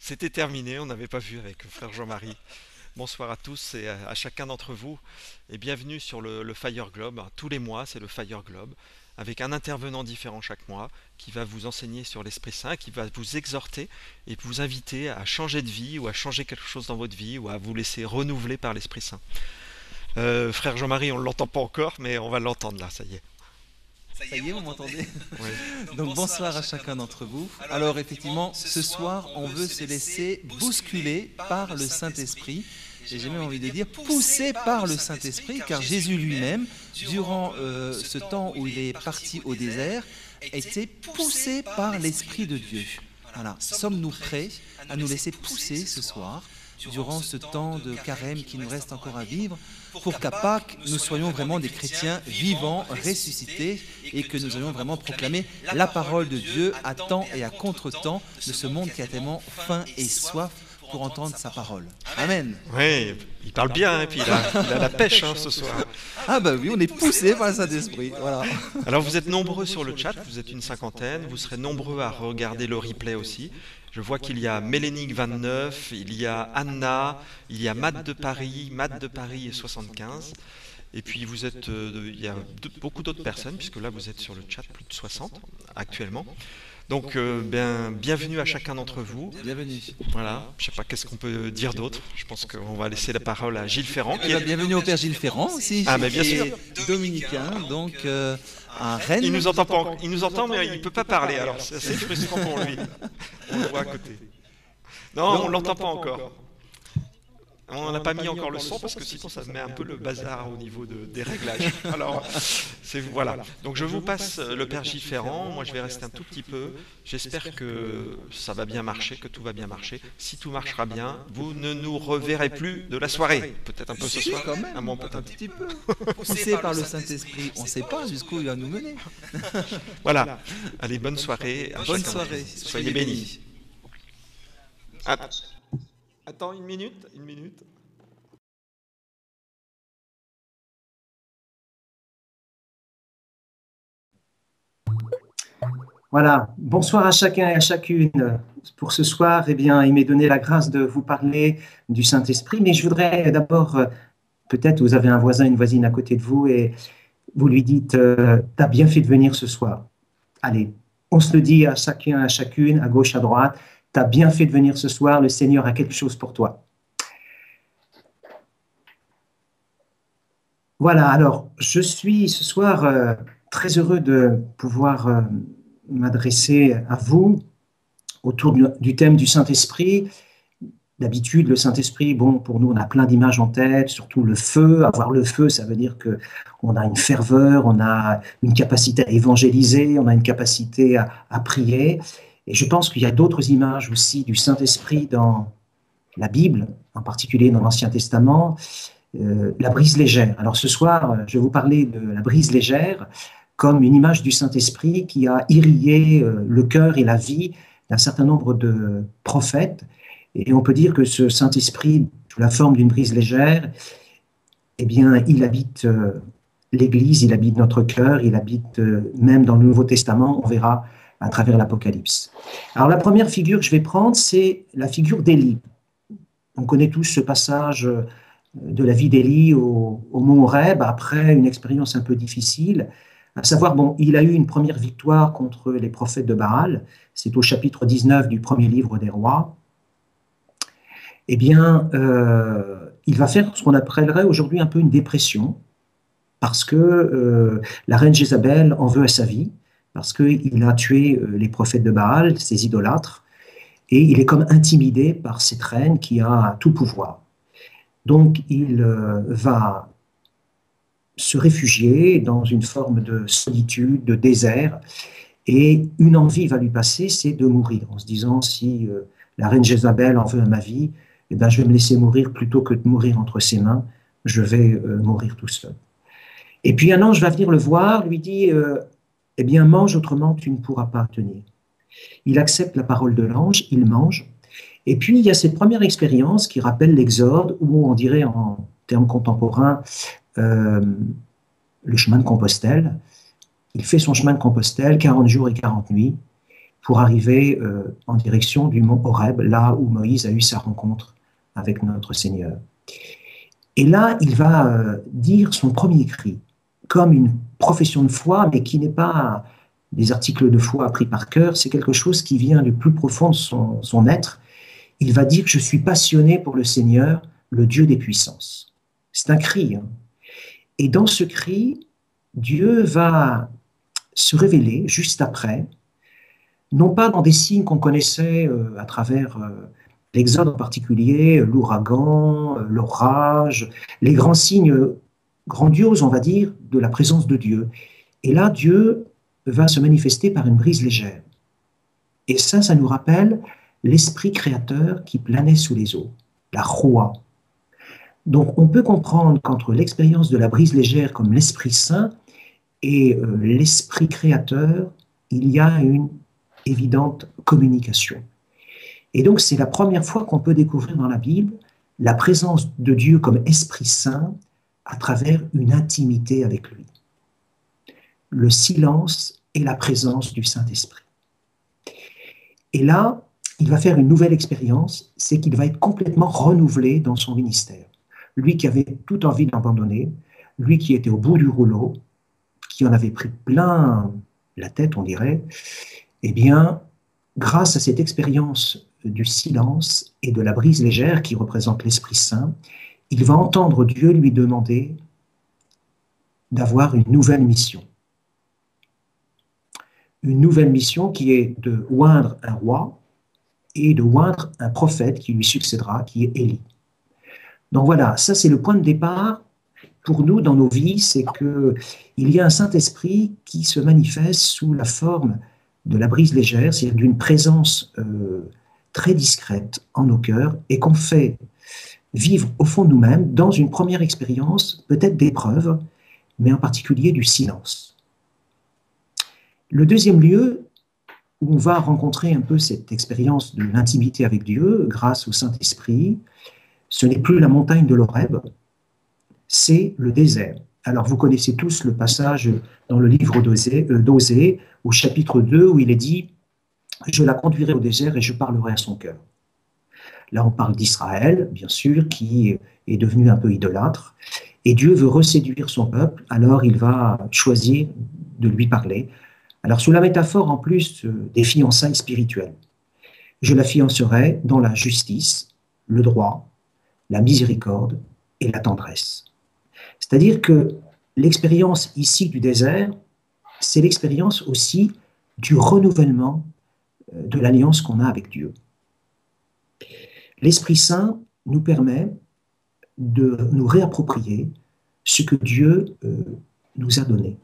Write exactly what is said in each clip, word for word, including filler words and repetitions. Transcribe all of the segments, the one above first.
C'était terminé, on n'avait pas vu avec frère Jean-Marie. Bonsoir à tous et à, à chacun d'entre vous et bienvenue sur le, le Fire Globe. Tous les mois, c'est le Fire Globe avec un intervenant différent chaque mois qui va vous enseigner sur l'Esprit Saint, qui va vous exhorter et vous inviter à changer de vie ou à changer quelque chose dans votre vie ou à vous laisser renouveler par l'Esprit Saint. Euh, frère Jean-Marie, on ne l'entend pas encore, mais on va l'entendre là, ça y est. Ça y est, vous m'entendez? Oui. Donc bonsoir à chacun d'entre vous. Alors effectivement, ce soir, on veut se laisser bousculer par le Saint-Esprit. Et j'ai même envie de dire poussé par le Saint-Esprit, car Jésus lui-même, durant euh, ce temps où il est parti au désert, était poussé par l'Esprit de Dieu. Voilà. Sommes-nous prêts à nous laisser pousser ce soir, durant ce temps de carême qui nous reste encore à vivre, pour qu'à Pâques, nous soyons vraiment des chrétiens vivants, ressuscités, et que nous ayons vraiment proclamé la parole de Dieu à temps et à contre-temps de ce monde qui a tellement faim et soif pour entendre sa parole. Amen. Oui, il parle bien, et puis il a, il a la pêche hein, ce soir. Ah bah oui, on est poussé par le Saint-Esprit. Voilà. Alors vous êtes nombreux sur le chat, vous êtes une cinquantaine, vous serez nombreux à regarder le replay aussi. Je vois qu'il y a Mélénique vingt-neuf, il y a Anna, il y a Matt de Paris, Matt de Paris et soixante-quinze. Et puis vous êtes, euh, il y a de, beaucoup d'autres personnes, puisque là vous êtes sur le chat, plus de soixante actuellement. Donc, euh, ben, bienvenue à chacun d'entre vous. Bienvenue. Voilà, je ne sais pas qu'est-ce qu'on peut dire d'autre. Je pense qu'on va laisser la parole à Gilles Ferrand. Qui est... Bienvenue au Père Gilles Ferrand aussi. Ah, mais bien sûr. Dominicain, donc euh, à Rennes. Il nous entend pas, il nous entend, mais il ne peut pas parler. Alors, c'est assez frustrant pour lui. On le voit à côté. Non, on ne l'entend pas encore. On n'a pas mis encore le son parce que sinon ça met un peu le bazar au niveau de, des réglages. Alors, c'est voilà. Donc je vous passe le Père Gilles Ferrand. Moi je vais rester un tout petit peu. J'espère que ça va bien marcher, que tout va bien marcher. Si tout marchera bien, vous ne nous reverrez plus de la soirée. Peut-être un peu ce soir. Quand même, un, bon, peut un petit peu. Poussé par le Saint-Esprit, on ne sait pas jusqu'où il va nous mener. Voilà. Allez, bonne soirée. Bonne soirée. Soyez bénis. Ah. Attends une minute, une minute. Voilà, bonsoir à chacun et à chacune. Pour ce soir, eh bien, il m'est donné la grâce de vous parler du Saint-Esprit, mais je voudrais d'abord, peut-être vous avez un voisin, une voisine à côté de vous et vous lui dites euh, « t'as bien fait de venir ce soir ». Allez, on se le dit à chacun, à chacune, à gauche, à droite, « t'as bien fait de venir ce soir, le Seigneur a quelque chose pour toi ». Voilà, alors, je suis ce soir euh, très heureux de pouvoir euh, m'adresser à vous autour du, du thème du Saint-Esprit. D'habitude, le Saint-Esprit, bon, pour nous, on a plein d'images en tête, surtout le feu. Avoir le feu, ça veut dire qu'on a une ferveur, on a une capacité à évangéliser, on a une capacité à, à prier. Et je pense qu'il y a d'autres images aussi du Saint-Esprit dans la Bible, en particulier dans l'Ancien Testament. Euh, la brise légère. Alors ce soir, je vais vous parler de la brise légère comme une image du Saint-Esprit qui a irrigué euh, le cœur et la vie d'un certain nombre de prophètes. Et on peut dire que ce Saint-Esprit, sous la forme d'une brise légère, eh bien, il habite euh, l'Église, il habite notre cœur, il habite euh, même dans le Nouveau Testament, on verra à travers l'Apocalypse. Alors la première figure que je vais prendre, c'est la figure d'Élie. On connaît tous ce passage euh, de la vie d'Élie au, au mont Horeb, après une expérience un peu difficile, à savoir, bon, il a eu une première victoire contre les prophètes de Baal, c'est au chapitre dix-neuf du premier livre des rois. Eh bien, euh, il va faire ce qu'on appellerait aujourd'hui un peu une dépression, parce que euh, la reine Jézabel en veut à sa vie, parce qu'il a tué euh, les prophètes de Baal, ces idolâtres, et il est comme intimidé par cette reine qui a tout pouvoir. Donc, il euh, va se réfugier dans une forme de solitude, de désert, et une envie va lui passer, c'est de mourir, en se disant, si euh, la reine Jézabel en veut à ma vie, eh ben, je vais me laisser mourir plutôt que de mourir entre ses mains, je vais euh, mourir tout seul. Et puis un ange va venir le voir, lui dit, euh, eh bien, mange, autrement tu ne pourras pas tenir. Il accepte la parole de l'ange, il mange. Et puis, il y a cette première expérience qui rappelle l'Exode, où on dirait en termes contemporains euh, le chemin de Compostelle. Il fait son chemin de Compostelle, quarante jours et quarante nuits, pour arriver euh, en direction du mont Horeb, là où Moïse a eu sa rencontre avec notre Seigneur. Et là, il va euh, dire son premier cri, comme une profession de foi, mais qui n'est pas des articles de foi appris par cœur, c'est quelque chose qui vient du plus profond de son, son être. Il va dire « Je suis passionné pour le Seigneur, le Dieu des puissances ». C'est un cri. Hein. Et dans ce cri, Dieu va se révéler juste après, non pas dans des signes qu'on connaissait euh, à travers euh, l'Exode en particulier, l'ouragan, euh, l'orage, les grands signes grandioses, on va dire, de la présence de Dieu. Et là, Dieu va se manifester par une brise légère. Et ça, ça nous rappelle l'esprit créateur qui planait sous les eaux, la Roua. Donc, on peut comprendre qu'entre l'expérience de la brise légère comme l'Esprit Saint et euh, l'esprit créateur, il y a une évidente communication. Et donc, c'est la première fois qu'on peut découvrir dans la Bible la présence de Dieu comme Esprit Saint à travers une intimité avec lui. Le silence et la présence du Saint-Esprit. Et là, il va faire une nouvelle expérience, c'est qu'il va être complètement renouvelé dans son ministère. Lui qui avait toute envie d'abandonner, lui qui était au bout du rouleau, qui en avait pris plein la tête, on dirait, eh bien, grâce à cette expérience du silence et de la brise légère qui représente l'Esprit Saint, il va entendre Dieu lui demander d'avoir une nouvelle mission. Une nouvelle mission qui est de oindre un roi et de oindre un prophète qui lui succédera, qui est Élie. Donc voilà, ça c'est le point de départ pour nous dans nos vies, c'est qu'il y a un Saint-Esprit qui se manifeste sous la forme de la brise légère, c'est-à-dire d'une présence euh, très discrète en nos cœurs et qu'on fait vivre au fond de nous-mêmes dans une première expérience, peut-être d'épreuve, mais en particulier du silence. Le deuxième lieu où on va rencontrer un peu cette expérience de l'intimité avec Dieu grâce au Saint-Esprit, ce n'est plus la montagne de l'Horeb, c'est le désert. Alors vous connaissez tous le passage dans le livre d'Osée, euh, d'Osée, au chapitre deux, où il est dit « Je la conduirai au désert et je parlerai à son cœur ». Là on parle d'Israël, bien sûr, qui est devenu un peu idolâtre, et Dieu veut reséduire son peuple, alors il va choisir de lui parler. Alors sous la métaphore en plus des fiançailles spirituelles, je la fiancerai dans la justice, le droit, la miséricorde et la tendresse. C'est-à-dire que l'expérience ici du désert, c'est l'expérience aussi du renouvellement de l'alliance qu'on a avec Dieu. L'Esprit Saint nous permet de nous réapproprier ce que Dieu euh, nous a donné.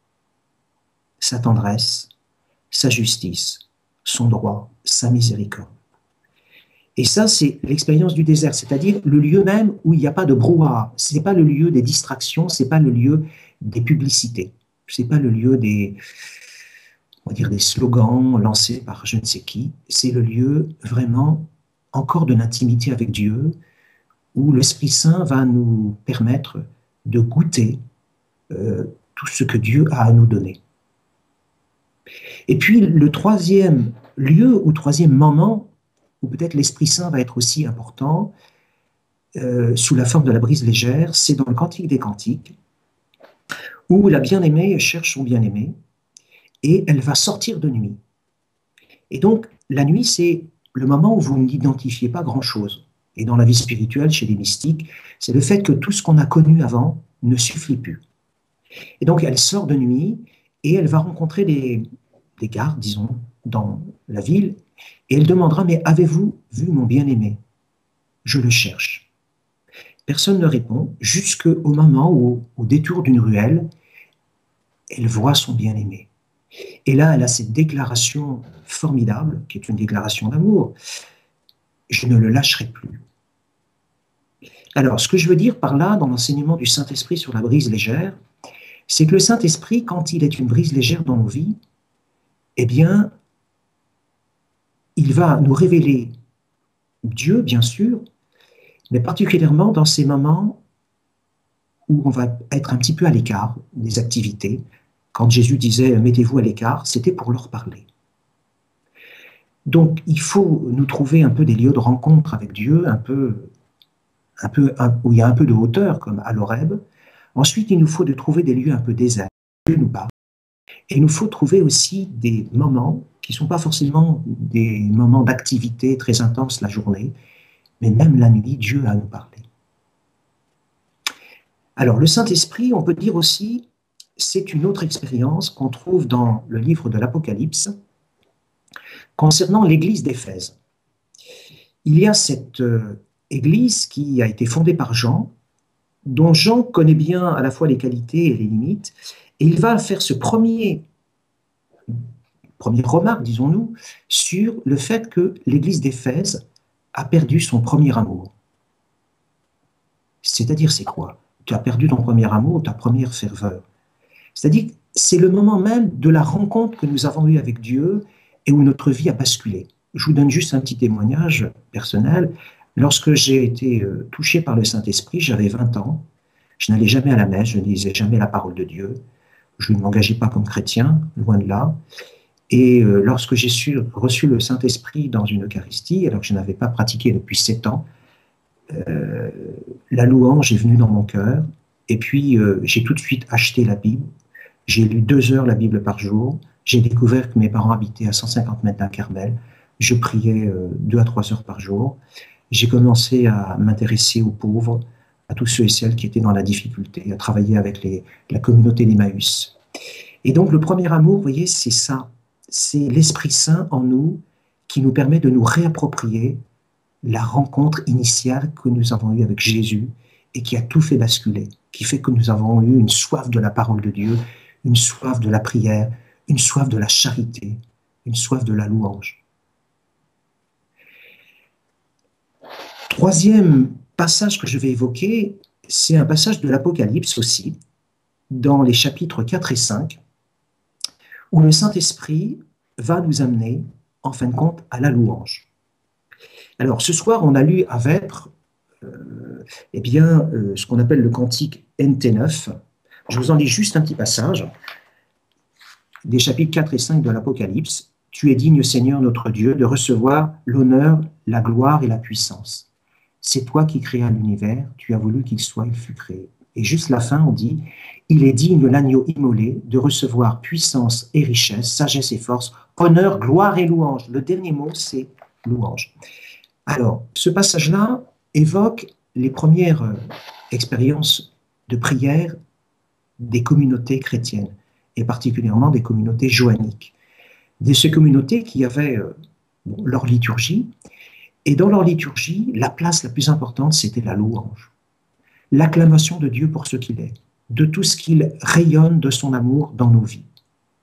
Sa tendresse, sa justice, son droit, sa miséricorde. Et ça, c'est l'expérience du désert, c'est-à-dire le lieu même où il n'y a pas de brouhaha. Ce n'est pas le lieu des distractions, ce n'est pas le lieu des publicités, ce n'est pas le lieu des, on va dire, des slogans lancés par je ne sais qui. C'est le lieu vraiment encore de l'intimité avec Dieu, où l'Esprit Saint va nous permettre de goûter euh, tout ce que Dieu a à nous donner. Et puis le troisième lieu ou troisième moment où peut-être l'Esprit Saint va être aussi important, euh, sous la forme de la brise légère, c'est dans le Cantique des Cantiques, où la bien-aimée cherche son bien-aimé, et elle va sortir de nuit. Et donc, la nuit, c'est le moment où vous n'identifiez pas grand-chose. Et dans la vie spirituelle, chez les mystiques, c'est le fait que tout ce qu'on a connu avant ne suffit plus. Et donc, elle sort de nuit, et elle va rencontrer des, des gardes, disons, dans la ville, et elle demandera, mais avez-vous vu mon bien-aimé? Je le cherche. Personne ne répond, jusqu'au moment où, au détour d'une ruelle, elle voit son bien-aimé. Et là, elle a cette déclaration formidable, qui est une déclaration d'amour. Je ne le lâcherai plus. Alors, ce que je veux dire par là, dans l'enseignement du Saint-Esprit sur la brise légère, c'est que le Saint-Esprit, quand il est une brise légère dans nos vies, eh bien, il va nous révéler Dieu, bien sûr, mais particulièrement dans ces moments où on va être un petit peu à l'écart des activités. Quand Jésus disait « mettez-vous à l'écart », c'était pour leur parler. Donc, il faut nous trouver un peu des lieux de rencontre avec Dieu, un peu, un peu, un, où il y a un peu de hauteur, comme à l'Horeb. Ensuite, il nous faut de trouver des lieux un peu déserts, Dieu nous parle. Et il nous faut trouver aussi des moments qui ne sont pas forcément des moments d'activité très intense la journée, mais même la nuit, Dieu a à nous parler. Alors, le Saint-Esprit, on peut dire aussi, c'est une autre expérience qu'on trouve dans le livre de l'Apocalypse concernant l'église d'Éphèse. Il y a cette euh, église qui a été fondée par Jean, dont Jean connaît bien à la fois les qualités et les limites, et il va faire ce premier, première remarque, disons-nous, sur le fait que l'église d'Éphèse a perdu son premier amour. C'est-à-dire, c'est quoi? Tu as perdu ton premier amour, ta première ferveur. C'est-à-dire, c'est le moment même de la rencontre que nous avons eue avec Dieu et où notre vie a basculé. Je vous donne juste un petit témoignage personnel. Lorsque j'ai été euh, touché par le Saint-Esprit, j'avais vingt ans. Je n'allais jamais à la messe, je ne lisais jamais la parole de Dieu. Je ne m'engageais pas comme chrétien, loin de là. Et euh, lorsque j'ai su, reçu le Saint-Esprit dans une Eucharistie, alors que je n'avais pas pratiqué depuis sept ans, euh, la louange est venue dans mon cœur. Et puis, euh, j'ai tout de suite acheté la Bible. J'ai lu deux heures la Bible par jour. J'ai découvert que mes parents habitaient à cent cinquante mètres d'un Carmel. Je priais euh, deux à trois heures par jour. J'ai commencé à m'intéresser aux pauvres, à tous ceux et celles qui étaient dans la difficulté, à travailler avec les, la communauté d'Emmaüs. Et donc, le premier amour, vous voyez, c'est ça. C'est l'Esprit Saint en nous qui nous permet de nous réapproprier la rencontre initiale que nous avons eue avec Jésus et qui a tout fait basculer, qui fait que nous avons eu une soif de la parole de Dieu, une soif de la prière, une soif de la charité, une soif de la louange. Troisième passage que je vais évoquer, c'est un passage de l'Apocalypse aussi, dans les chapitres quatre et cinq, où le Saint-Esprit va nous amener, en fin de compte, à la louange. Alors, ce soir, on a lu à Vêpres euh, eh bien, euh, ce qu'on appelle le cantique N T neuf. Je vous en lis juste un petit passage des chapitres quatre et cinq de l'Apocalypse. « Tu es digne, Seigneur notre Dieu, de recevoir l'honneur, la gloire et la puissance. C'est toi qui créas l'univers, tu as voulu qu'il soit, il fut créé. » Et juste la fin, on dit « Il est digne l'agneau immolé de recevoir puissance et richesse, sagesse et force, honneur, gloire et louange. » Le dernier mot, c'est louange. Alors, ce passage-là évoque les premières euh, expériences de prière des communautés chrétiennes, et particulièrement des communautés joanniques. De ces communautés qui avaient euh, bon, leur liturgie, et dans leur liturgie, la place la plus importante, c'était la louange. L'acclamation de Dieu pour ce qu'il est, de tout ce qu'il rayonne de son amour dans nos vies.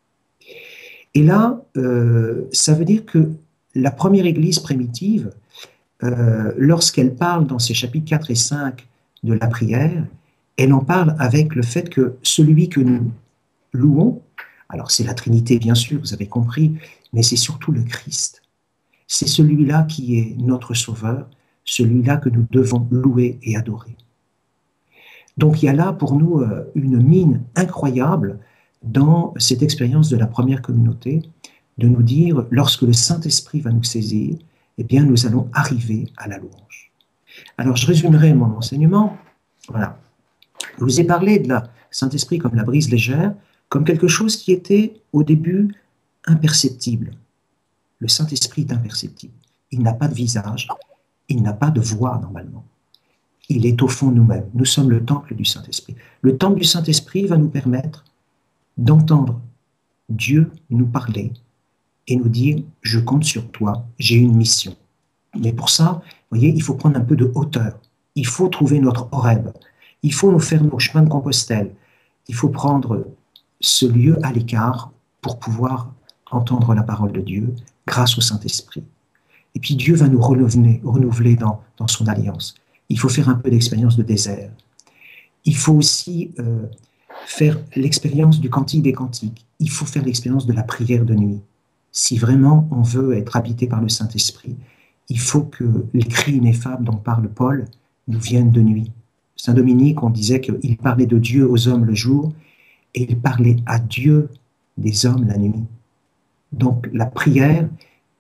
Et là, euh, ça veut dire que la première Église primitive, euh, lorsqu'elle parle dans ses chapitres quatre et cinq de la prière, elle en parle avec le fait que celui que nous louons, alors c'est la Trinité bien sûr, vous avez compris, mais c'est surtout le Christ. C'est celui-là qui est notre Sauveur, celui-là que nous devons louer et adorer. Donc il y a là pour nous une mine incroyable dans cette expérience de la première communauté, de nous dire, lorsque le Saint-Esprit va nous saisir, eh bien nous allons arriver à la louange. Alors je résumerai mon enseignement. Voilà. Je vous ai parlé de la Saint-Esprit comme la brise légère, comme quelque chose qui était au début imperceptible. Le Saint-Esprit est imperceptible. Il n'a pas de visage, il n'a pas de voix normalement. Il est au fond de nous-mêmes. Nous sommes le temple du Saint-Esprit. Le temple du Saint-Esprit va nous permettre d'entendre Dieu nous parler et nous dire « Je compte sur toi, j'ai une mission ». Mais pour ça, vous voyez, il faut prendre un peu de hauteur. Il faut trouver notre Horeb. Il faut nous faire nos chemins de Compostelle. Il faut prendre ce lieu à l'écart pour pouvoir entendre la parole de Dieu grâce au Saint-Esprit. Et puis Dieu va nous renouveler, renouveler dans, dans son alliance. Il faut faire un peu d'expérience de désert. Il faut aussi euh, faire l'expérience du cantique des cantiques. Il faut faire l'expérience de la prière de nuit. Si vraiment on veut être habité par le Saint-Esprit, il faut que les cris ineffables dont parle Paul nous viennent de nuit. Saint Dominique, on disait qu'il parlait de Dieu aux hommes le jour et il parlait à Dieu des hommes la nuit. Donc la prière,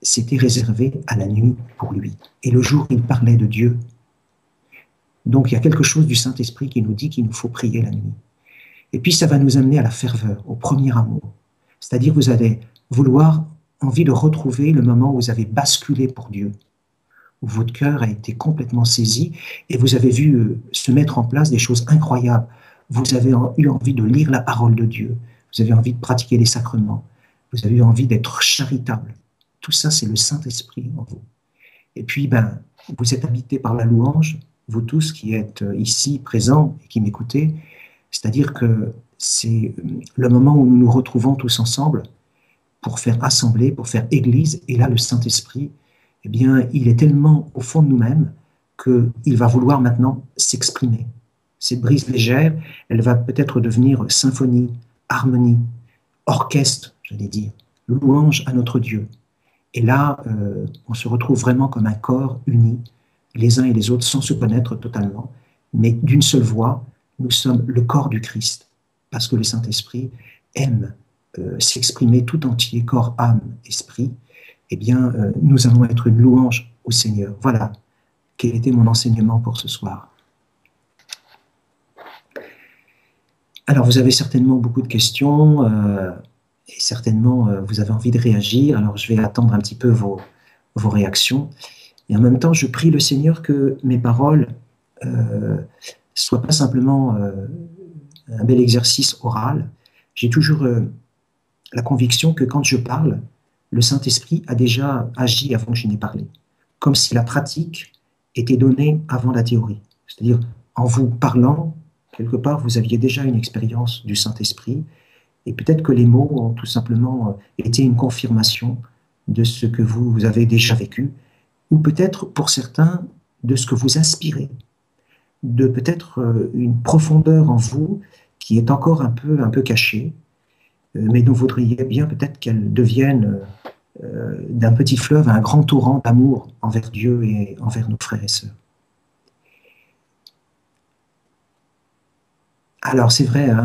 c'était réservé à la nuit pour lui. Et le jour, il parlait de Dieu. Donc, il y a quelque chose du Saint-Esprit qui nous dit qu'il nous faut prier la nuit. Et puis, ça va nous amener à la ferveur, au premier amour. C'est-à-dire, vous allez vouloir, envie de retrouver le moment où vous avez basculé pour Dieu, où votre cœur a été complètement saisi et vous avez vu se mettre en place des choses incroyables. Vous avez eu envie de lire la parole de Dieu, vous avez envie de pratiquer les sacrements, vous avez eu envie d'être charitable. Tout ça, c'est le Saint-Esprit en vous. Et puis, ben, vous êtes habité par la louange, vous tous qui êtes ici présents et qui m'écoutez, c'est-à-dire que c'est le moment où nous nous retrouvons tous ensemble pour faire assemblée, pour faire église, et là, le Saint-Esprit, eh bien, il est tellement au fond de nous-mêmes qu'il va vouloir maintenant s'exprimer. Cette brise légère, elle va peut-être devenir symphonie, harmonie, orchestre, j'allais dire, louange à notre Dieu. Et là, euh, on se retrouve vraiment comme un corps uni, les uns et les autres, sans se connaître totalement, mais d'une seule voix, nous sommes le corps du Christ, parce que le Saint-Esprit aime euh, s'exprimer tout entier, corps, âme, esprit. Eh bien, euh, nous allons être une louange au Seigneur. Voilà quel était mon enseignement pour ce soir. Alors, vous avez certainement beaucoup de questions, euh, et certainement, euh, vous avez envie de réagir. Alors, je vais attendre un petit peu vos, vos réactions. Et en même temps, je prie le Seigneur que mes paroles euh, soient pas simplement euh, un bel exercice oral. J'ai toujours euh, la conviction que quand je parle, le Saint-Esprit a déjà agi avant que je n'ai parlé. Comme si la pratique était donnée avant la théorie. C'est-à-dire, en vous parlant, quelque part, vous aviez déjà une expérience du Saint-Esprit, et peut-être que les mots ont tout simplement été une confirmation de ce que vous avez déjà vécu, ou peut-être, pour certains, de ce que vous inspirez, de peut-être une profondeur en vous qui est encore un peu, un peu cachée, mais dont vous voudriez bien peut-être qu'elle devienne euh, d'un petit fleuve un grand torrent d'amour envers Dieu et envers nos frères et sœurs. Alors c'est vrai, hein,